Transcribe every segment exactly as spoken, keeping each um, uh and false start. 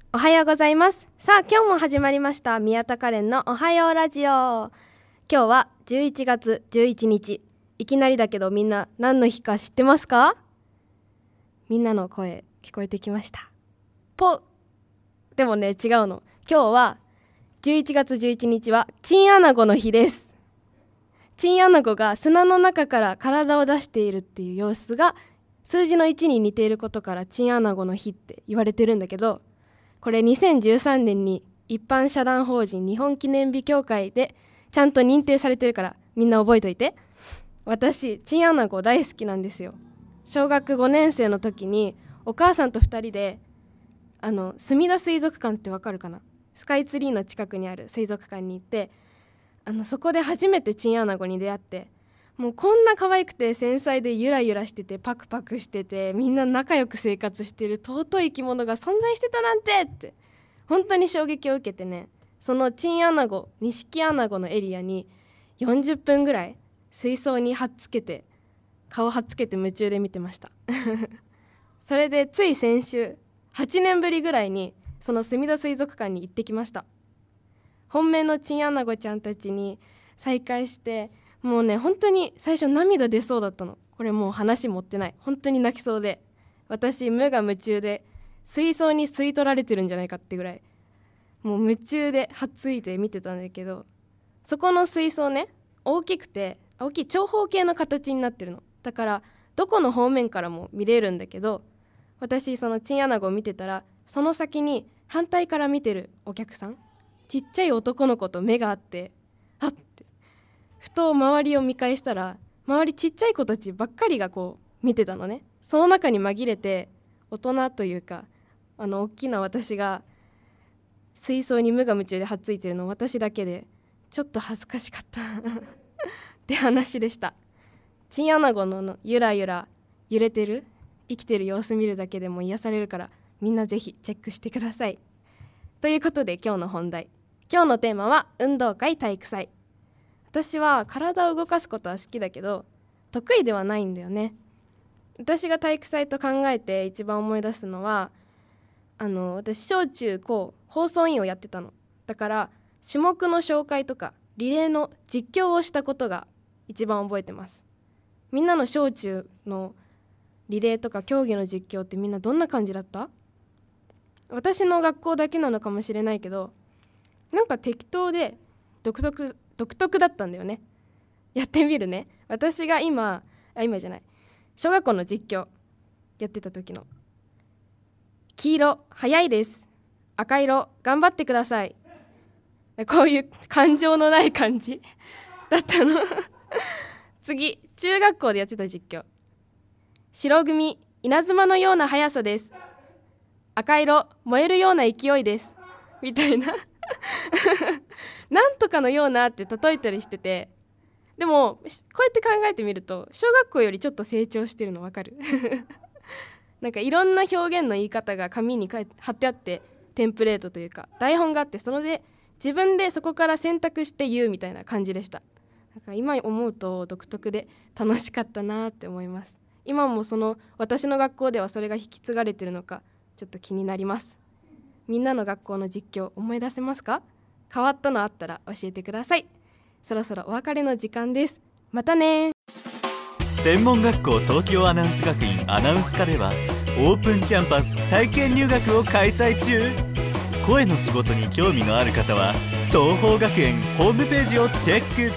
おはようございます。さあ今日も始まりました宮田カレンのおはようラジオ。今日はじゅういちがつじゅういちにち。いきなりだけどみんな何の日か知ってますか？みんなの声聞こえてきました。ポでもね、違うの。今日はじゅういちがつじゅういちにちはチンアナゴの日です。チンアナゴが砂の中から体を出しているっていう様子が数字のいちに似ていることからチンアナゴの日って言われてるんだけど、これにせんじゅうさんねんに一般社団法人日本記念日協会でちゃんと認定されてるからみんな覚えといて。私チンアナゴ大好きなんですよ。小学ごねんせいの時にお母さんとふたりであのすみだ水族館ってわかるかな、スカイツリーの近くにある水族館に行って、あのそこで初めてチンアナゴに出会って、もうこんな可愛くて繊細でゆらゆらしててパクパクしててみんな仲良く生活してる尊い生き物が存在してたなんてって本当に衝撃を受けてね、そのチンアナゴ、ニシキアナゴのエリアによんじゅっぷんぐらい水槽にはっつけて顔はっつけて夢中で見てましたそれでつい先週はちねんぶりぐらいにそのすみだ水族館に行ってきました。本命のチンアナゴちゃんたちに再会して、もうね本当に最初涙出そうだったの。これもう話持ってない、本当に泣きそうで、私無我夢中で水槽に吸い取られてるんじゃないかってぐらいもう夢中ではっついて見てたんだけど、そこの水槽ね大きくて大きい長方形の形になってるの。だからどこの方面からも見れるんだけど、私そのチンアナゴを見てたらその先に反対から見てるお客さん、ちっちゃい男の子と目があって、あってふと周りを見返したら周りちっちゃい子たちばっかりがこう見てたのね。その中に紛れて大人というかあの大きな私が水槽に無我夢中ではっついてるの私だけでちょっと恥ずかしかったって話でした。チンアナゴのゆらゆら揺れてる生きてる様子見るだけでも癒されるから、みんなぜひチェックしてください。ということで今日の本題、今日のテーマは運動会体育祭。私は体を動かすことは好きだけど得意ではないんだよね。私が体育祭と考えて一番思い出すのは、あの私小中高放送委員をやってたの。だから種目の紹介とかリレーの実況をしたことが一番覚えてます。みんなの小中のリレーとか競技の実況ってみんなどんな感じだった？私の学校だけなのかもしれないけど、なんか適当で独特独特だったんだよね。やってみるね。私が今あ今じゃない小学校の実況やってた時の、黄色早いです、赤色頑張ってください、こういう感情のない感じだったの次、中学校でやってた実況、白組稲妻のような速さです、赤色燃えるような勢いですみたいななんとかのようなって例えたりしてて、でもこうやって考えてみると小学校よりちょっと成長してるの分かるなんかいろんな表現の言い方が紙に貼ってあって、テンプレートというか台本があって、そので自分でそこから選択して言うみたいな感じでした。なんか今思うと独特で楽しかったなって思います。今もその私の学校ではそれが引き継がれてるのかちょっと気になります。みんなの学校の実況思い出せますか？変わったのあったら教えてください。そろそろお別れの時間です。またね。 専門学校東京アナウンス学院アナウンス科ではオープンキャンパス体験入学を開催中。声の仕事に興味のある方は東邦学園ホームページをチェック。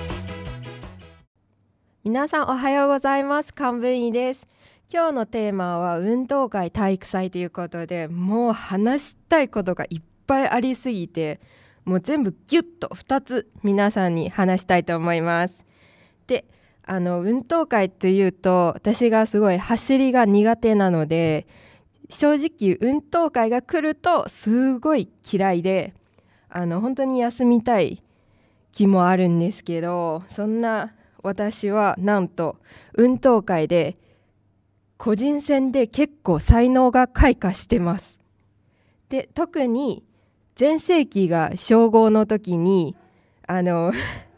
皆さんおはようございます。漢文医です。今日のテーマは運動会体育祭ということで、もう話したいことがいっぱいありすぎて、もう全部ギュッとふたつ皆さんに話したいと思います。で、あの運動会というと私がすごい走りが苦手なので、正直運動会が来るとすごい嫌いで、あの本当に休みたい気もあるんですけど、そんな私はなんと運動会で個人戦で結構才能が開花してます。で、特に全盛期が小ごの時にあの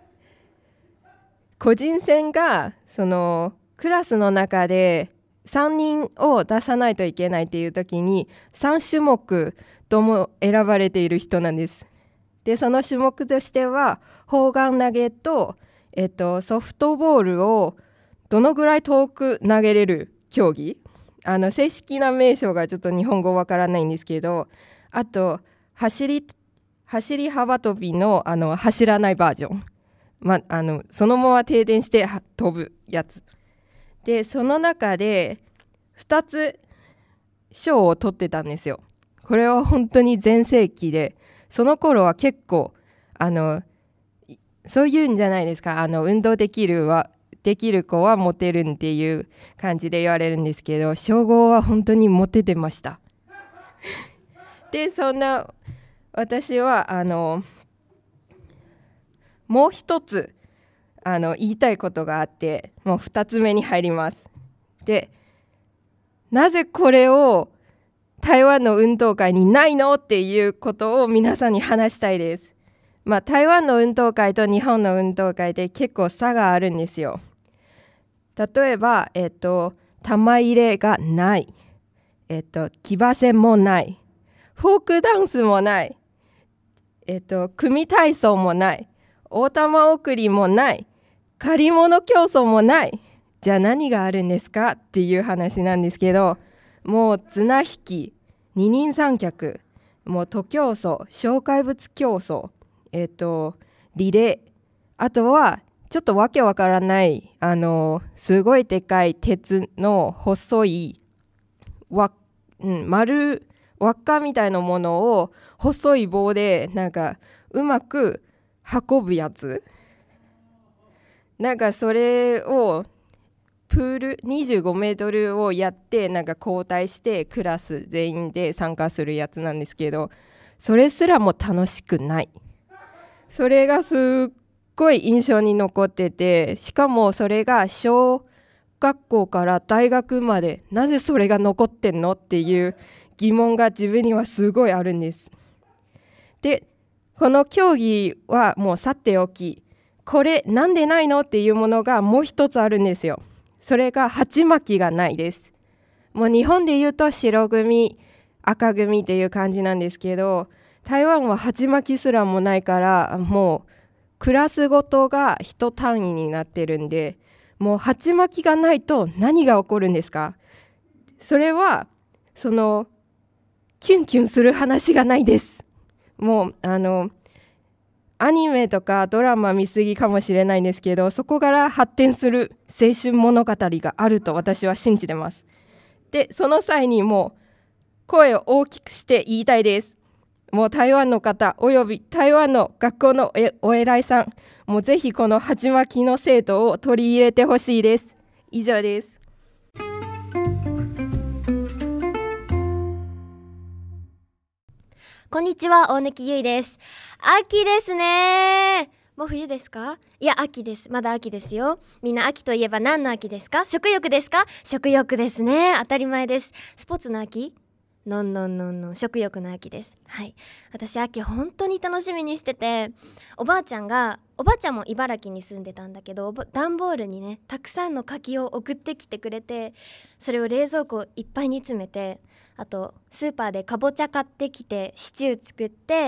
個人戦がそのクラスの中でさんにんを出さないといけないっていう時にさんしゅもくとも選ばれている人なんです。でその種目としては砲丸投げと、えっと、ソフトボールをどのぐらい遠く投げれる競技、あの正式な名称がちょっと日本語わからないんですけど、あと走り走り幅跳び の, あの走らないバージョン、ま、あのそのまま停電して飛ぶやつで、その中でふたつ賞を取ってたんですよ。これは本当に全盛期で、その頃は結構あのそういうんじゃないですか、あの運動できるはできる子はモテるっていう感じで言われるんですけど、称号は本当にモテてましたでそんな私はあのもう一つあの言いたいことがあって、もう二つ目に入ります。でなぜこれを台湾の運動会にないのっていうことを皆さんに話したいです。まあ、台湾の運動会と日本の運動会で結構差があるんですよ。例えば、えっと、玉入れがない、えっと、騎馬戦もない、フォークダンスもない、えっと、組体操もない、大玉送りもない、借り物競争もない。じゃあ何があるんですかっていう話なんですけど、もう綱引き、二人三脚、もう徒競走、障害物競争、えっと、リレー、あとはちょっとわけわからないあのすごいでかい鉄の細いわ、うん、丸輪っかみたいなものを細い棒でなんかうまく運ぶやつ、なんかそれをプールにじゅうごメートルをやってなんか交代してクラス全員で参加するやつなんですけど、それすらも楽しくない。それがすっごい印象に残ってて、しかもそれが小学校から大学までなぜそれが残ってんのっていう疑問が自分にはすごいあるんです。でこの競技はもうさておき、これなんでないのっていうものがもう一つあるんですよ。それが鉢巻きがないです。もう日本で言うと白組赤組っていう感じなんですけど、台湾は鉢巻きすらもないから、もうクラスごとが一単位になってるんで、もう鉢巻きがないと何が起こるんですか？それはそのキュンキュンする話がないです。もうあのアニメとかドラマ見すぎかもしれないんですけど、そこから発展する青春物語があると私は信じてます。でその際にもう声を大きくして言いたいです。もう台湾の方および台湾の学校のお偉いさん、もうぜひこの鉢巻きの制度を取り入れてほしいです。以上です。 こんにちは、大貫ゆいです。秋ですね。もう冬ですか？いや、秋です。まだ秋ですよ。みんな秋といえば何の秋ですか？食欲ですか？食欲ですね。当たり前です。スポーツの秋？ノンノンノンノン、食欲の秋です。はい。私秋本当に楽しみにしてて、おばあちゃんがおばあちゃんも茨城に住んでたんだけど、段ボールにねたくさんの柿を送ってきてくれて、それを冷蔵庫いっぱいに詰めて、あとスーパーでかぼちゃ買ってきてシチュー作って、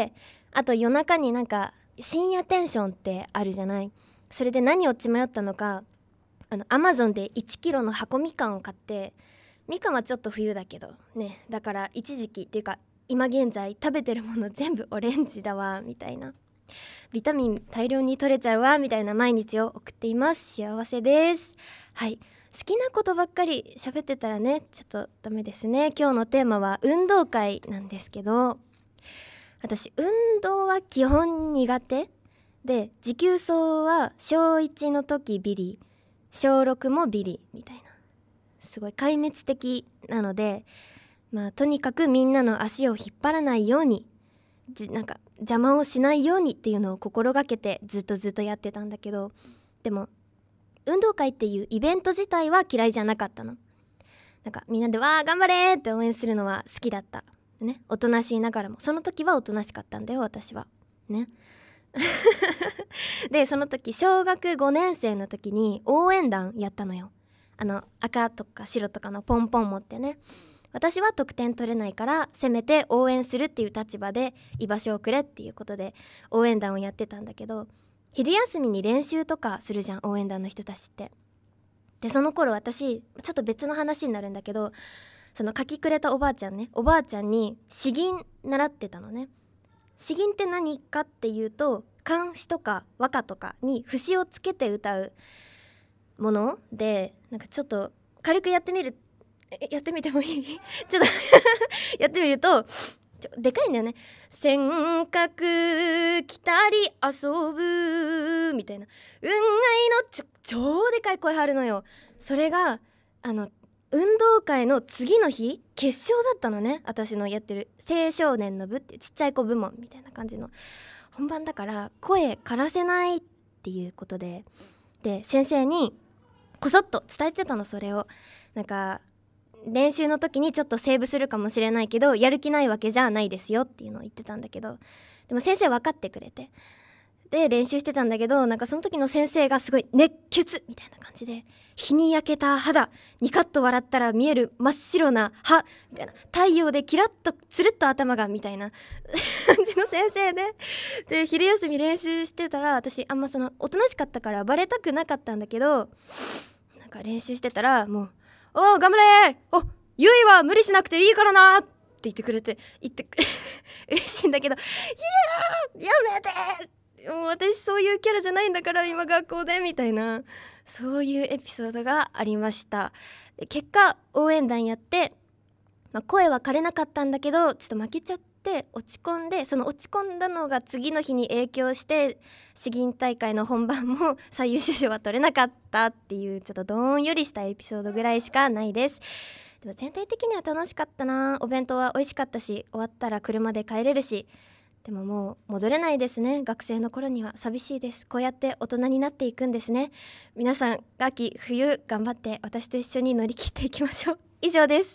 あと夜中になんか深夜テンションってあるじゃない。それで何を血迷ったのか、あのアマゾンでいちキロの箱みかんを買って、みかんはちょっと冬だけどね、だから一時期っていうか今現在食べてるもの全部オレンジだわみたいな、ビタミン大量に取れちゃうわみたいな毎日を送っています。幸せです。はい。好きなことばっかり喋ってたらねちょっとダメですね。今日のテーマは運動会なんですけど、私運動は基本苦手で、持久走はしょういちの時ビリ、しょうろくもビリみたいな、すごい壊滅的なので、まあとにかくみんなの足を引っ張らないように、じなんか邪魔をしないようにっていうのを心がけてずっとずっとやってたんだけど、でも運動会っていうイベント自体は嫌いじゃなかったの。なんかみんなでわー頑張れーって応援するのは好きだったね。おとなしいながらも、その時はおとなしかったんだよ私はねでその時小学ごねん生の時に応援団やったのよ。あの赤とか白とかのポンポン持ってね、 私は得点取れないからせめて応援するっていう立場で居場所をくれっていうことで応援団をやってたんだけど、昼休みに練習とかするじゃん、応援団の人たちって。でその頃私ちょっと別の話になるんだけど、その書きくれたおばあちゃんねおばあちゃんに詩吟習ってたのね。詩吟って何かっていうと、漢詩とか和歌とかに節をつけて歌うもので、なんかちょっと軽くやってみるやってみてもいいちょっとやってみるとちょでかいんだよね。せんかく来たり遊ぶみたいな運愛のちょ超でかい声張るのよ。それがあの運動会の次の日決勝だったのね。私のやってる青少年の部っていうちっちゃい子部門みたいな感じの本番だから声枯らせないっていうことで、で先生にこそっと伝えてたの。それをなんか練習の時にちょっとセーブするかもしれないけどやる気ないわけじゃないですよっていうのを言ってたんだけど、でも先生分かってくれて、で練習してたんだけど、なんかその時の先生がすごい熱血みたいな感じで、日に焼けた肌、ニカッと笑ったら見える真っ白な歯みたいな、太陽でキラッとつるっと頭がみたいな感じの先生で、で昼休み練習してたら、私あんまそのおとなしかったからバレたくなかったんだけど、なんか練習してたらもうおー頑張れー、おゆいは無理しなくていいからなって言ってくれて、言ってくれ嬉しいんだけど、いやーやめて、もう私そういうキャラじゃないんだから今学校でみたいな、そういうエピソードがありました。で結果応援団やって、まあ、声は枯れなかったんだけどちょっと負けちゃって落ち込んで、その落ち込んだのが次の日に影響して詩吟大会の本番も最優秀賞は取れなかったっていう、ちょっとどんよりしたエピソードぐらいしかないです。でも全体的には楽しかったな。お弁当は美味しかったし、終わったら車で帰れるし、でももう戻れないですね。学生の頃には寂しいです。こうやって大人になっていくんですね。皆さん秋冬頑張って私と一緒に乗り切っていきましょう。以上です。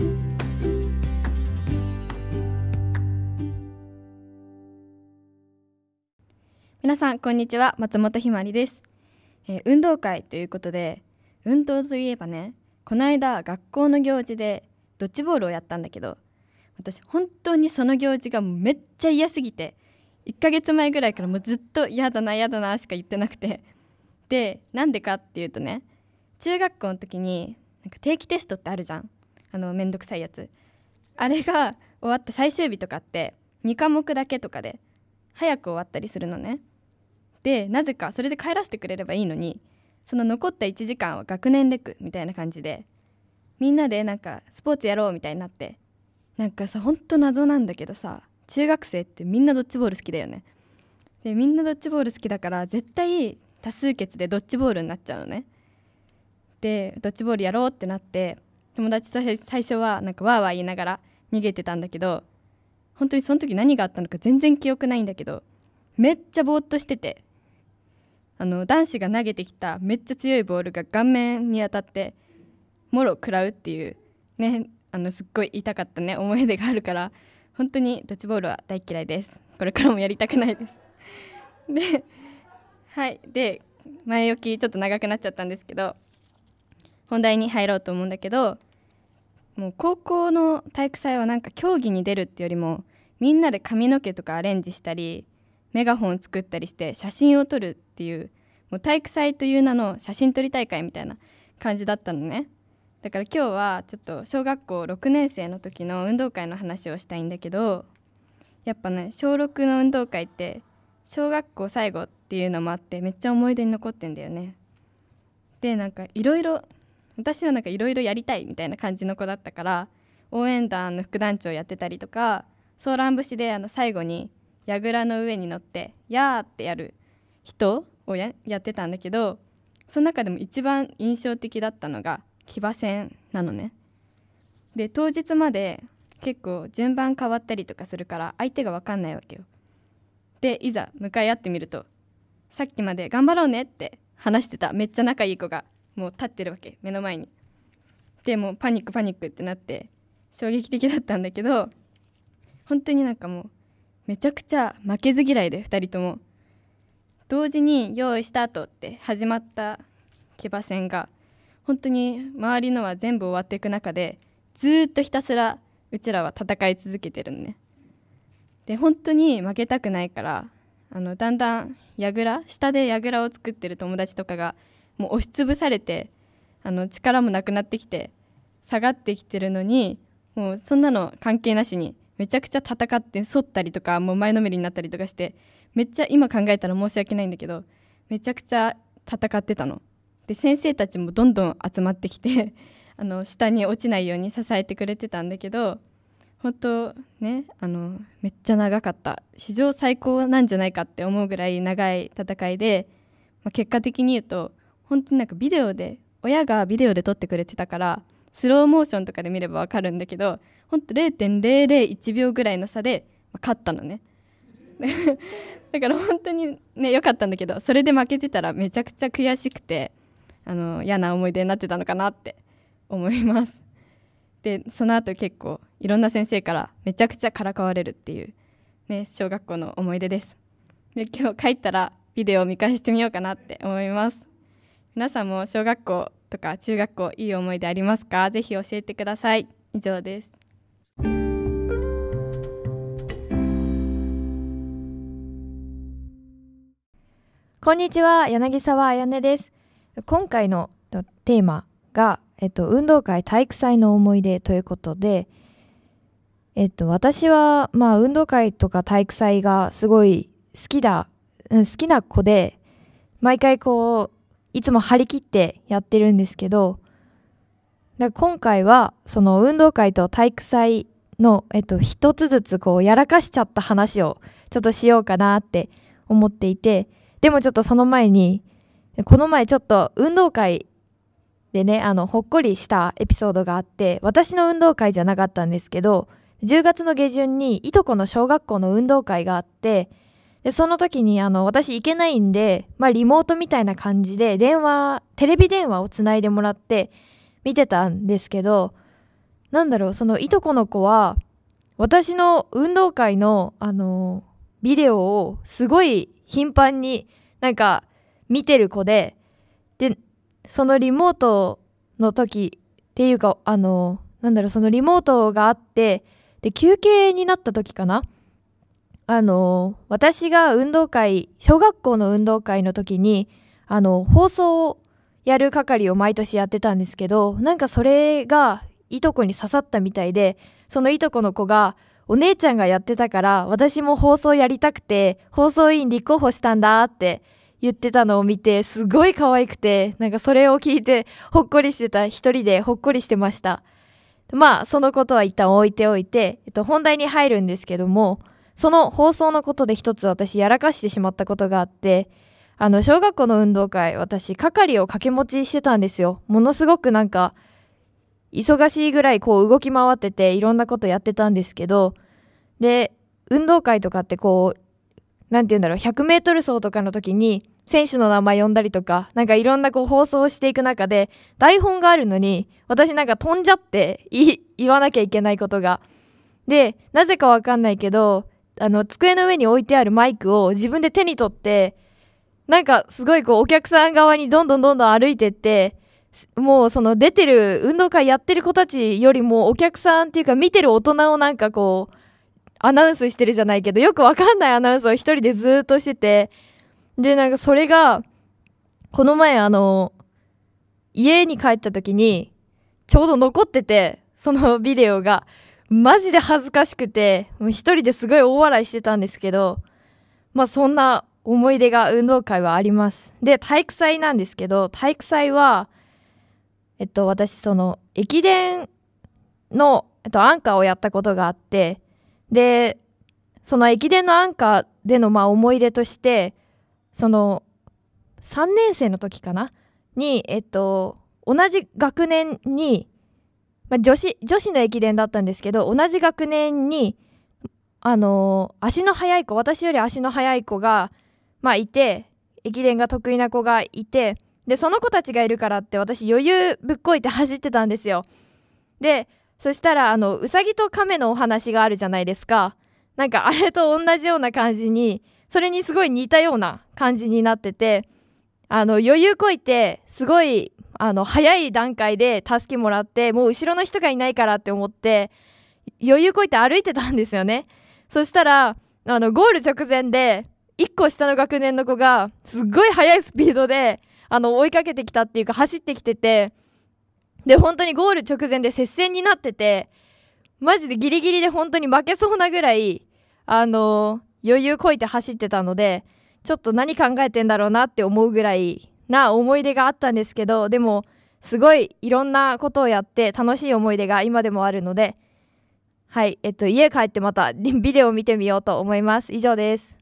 皆さんこんにちは、松本ひまりです、えー、運動会ということで、運動といえばね、この間学校の行事でドッジボールをやったんだけど、私本当にその行事がめっちゃ嫌すぎて、いっかげつまえぐらいからもうずっと嫌だな嫌だなしか言ってなくて、でなんでかっていうとね、中学校の時になんか定期テストってあるじゃん、あのめんどくさいやつ。あれが終わった最終日とかってにかもくだけとかで早く終わったりするのね。でなぜかそれで帰らせてくれればいいのに、その残ったいちじかんは学年レクみたいな感じで、みんなでなんかスポーツやろうみたいになって、なんかさほんと謎なんだけどさ、中学生ってみんなドッジボール好きだよね。でみんなドッジボール好きだから絶対多数決でドッジボールになっちゃうのね。でドッジボールやろうってなって、友達と最初はなんかワーワー言いながら逃げてたんだけど、本当にその時何があったのか全然記憶ないんだけど、めっちゃぼーっとしてて、あの男子が投げてきためっちゃ強いボールが顔面に当たってもろ食らうっていうね、あのすっごい痛かったね思い出があるから、本当にドッジボールは大嫌いです。これからもやりたくないですではいで前置きちょっと長くなっちゃったんですけど、本題に入ろうと思うんだけど、もう高校の体育祭はなんか競技に出るってよりも、みんなで髪の毛とかアレンジしたりメガホン作ったりして写真を撮るっていう、もう体育祭という名の写真撮り大会みたいな感じだったのね。だから今日はちょっと小学校ろくねん生の時の運動会の話をしたいんだけど、やっぱね小ろくの運動会って小学校最後っていうのもあってめっちゃ思い出に残ってんだよね。でなんかいろいろ私はなんかいろいろやりたいみたいな感じの子だったから、応援団の副団長やってたりとか、ソーラン節であの最後に櫓の上に乗ってやーってやる人を や, やってたんだけど、その中でも一番印象的だったのが騎馬戦なのね。で当日まで結構順番変わったりとかするから相手が分かんないわけよ。でいざ向かい合ってみると、さっきまで頑張ろうねって話してためっちゃ仲いい子がもう立ってるわけ、目の前に。でもうパニックパニックってなって衝撃的だったんだけど、本当になんかもうめちゃくちゃ負けず嫌いでふたりとも同時に用意スタートって始まった騎馬戦が、本当に周りのは全部終わっていく中でずーっとひたすらうちらは戦い続けてるのね。で本当に負けたくないからあのだんだん櫓下で櫓を作ってる友達とかがもう押しつぶされてあの力もなくなってきて下がってきてるのに、もうそんなの関係なしにめちゃくちゃ戦って反ったりとかもう前のめりになったりとかして、めっちゃ今考えたら申し訳ないんだけどめちゃくちゃ戦ってたの。で先生たちもどんどん集まってきてあの下に落ちないように支えてくれてたんだけど、本当ねあのめっちゃ長かった、史上最高なんじゃないかって思うぐらい長い戦いで、まあ、結果的に言うと本当になんかビデオで親がビデオで撮ってくれてたからスローモーションとかで見ればわかるんだけど、本当 れいてんれいれいいちびょうぐらいの差で、まあ、勝ったのねだから本当にね良かったんだけど、それで負けてたらめちゃくちゃ悔しくてあの嫌な思い出になってたのかなって思います。でその後結構いろんな先生からめちゃくちゃからかわれるっていう、ね、小学校の思い出です。で今日帰ったらビデオを見返してみようかなって思います。皆さんも小学校とか中学校いい思い出ありますか？ぜひ教えてください。以上です。 こんにちは、柳沢彩音です。今回のテーマが、えっと、運動会体育祭の思い出ということで、えっと、私は、まあ、運動会とか体育祭がすごい好きだ、うん、好きな子で、毎回こういつも張り切ってやってるんですけど、だから今回はその運動会と体育祭の、えっと、一つずつこうやらかしちゃった話をちょっとしようかなって思っていて、でもちょっとその前に、この前ちょっと運動会でね、あのほっこりしたエピソードがあって、私の運動会じゃなかったんですけど、じゅうがつの下旬にいとこの小学校の運動会があって、でその時にあの私行けないんで、まあ、リモートみたいな感じで電話テレビ電話をつないでもらって見てたんですけど、なんだろう、そのいとこの子は私の運動会のあのビデオをすごい頻繁になんか見てる子で、でそのリモートの時っていうかあのなんだろうそのリモートがあって、で休憩になった時かな、あの私が運動会小学校の運動会の時にあの放送をやる係を毎年やってたんですけど、なんかそれがいとこに刺さったみたいで、そのいとこの子がお姉ちゃんがやってたから私も放送やりたくて放送委員立候補したんだって言ってたのを見て、すごい可愛くて、なんかそれを聞いてほっこりしてた、一人でほっこりしてました。まあそのことは一旦置いておいて、えっと、本題に入るんですけども、その放送のことで一つ私やらかしてしまったことがあって、あの小学校の運動会、私係を掛け持ちしてたんですよ。ものすごくなんか忙しいぐらいこう動き回ってていろんなことやってたんですけど、で運動会とかってこうなんて言うんだろう、ひゃくメートル走とかの時に選手の名前呼んだりとか、なんかいろんなこう放送をしていく中で台本があるのに私なんか飛んじゃってい言わなきゃいけないことが、でなぜかわかんないけどあの机の上に置いてあるマイクを自分で手に取って、なんかすごいこうお客さん側にどんどんどんどん歩いてって、もうその出てる運動会やってる子たちよりもお客さんっていうか見てる大人をなんかこうアナウンスしてるじゃないけど、よくわかんないアナウンスを一人でずっとしてて、でなんかそれがこの前あの家に帰った時にちょうど残ってて、そのビデオがマジで恥ずかしくて、もう一人ですごい大笑いしてたんですけど、まあそんな思い出が運動会はあります。で体育祭なんですけど、体育祭はえっと私その駅伝の、えっと、アンカーをやったことがあって、でその駅伝のアンカーでのまあ思い出として、そのさんねん生の時かなに、えっと、同じ学年に、まあ、女子女子の駅伝だったんですけど、同じ学年にあのー、足の速い子、私より足の速い子が、まあ、いて、駅伝が得意な子がいて、でその子たちがいるからって私余裕ぶっこいて走ってたんですよ。でそしたらあのうさぎと亀のお話があるじゃないですか。なんかあれと同じような感じに、それにすごい似たような感じになってて、あの余裕こいてすごいあの早い段階で助けもらって、もう後ろの人がいないからって思って余裕こいて歩いてたんですよね。そしたらあのゴール直前でいっこ下の学年の子がすっごい速いスピードであの追いかけてきたっていうか走ってきてて、で本当にゴール直前で接戦になってて、マジでギリギリで本当に負けそうなぐらいあの余裕こいて走ってたので、ちょっと何考えてんだろうなって思うぐらいな思い出があったんですけど、でもすごいいろんなことをやって楽しい思い出が今でもあるので、はい、えっと家帰ってまたビデオを見てみようと思います。以上です。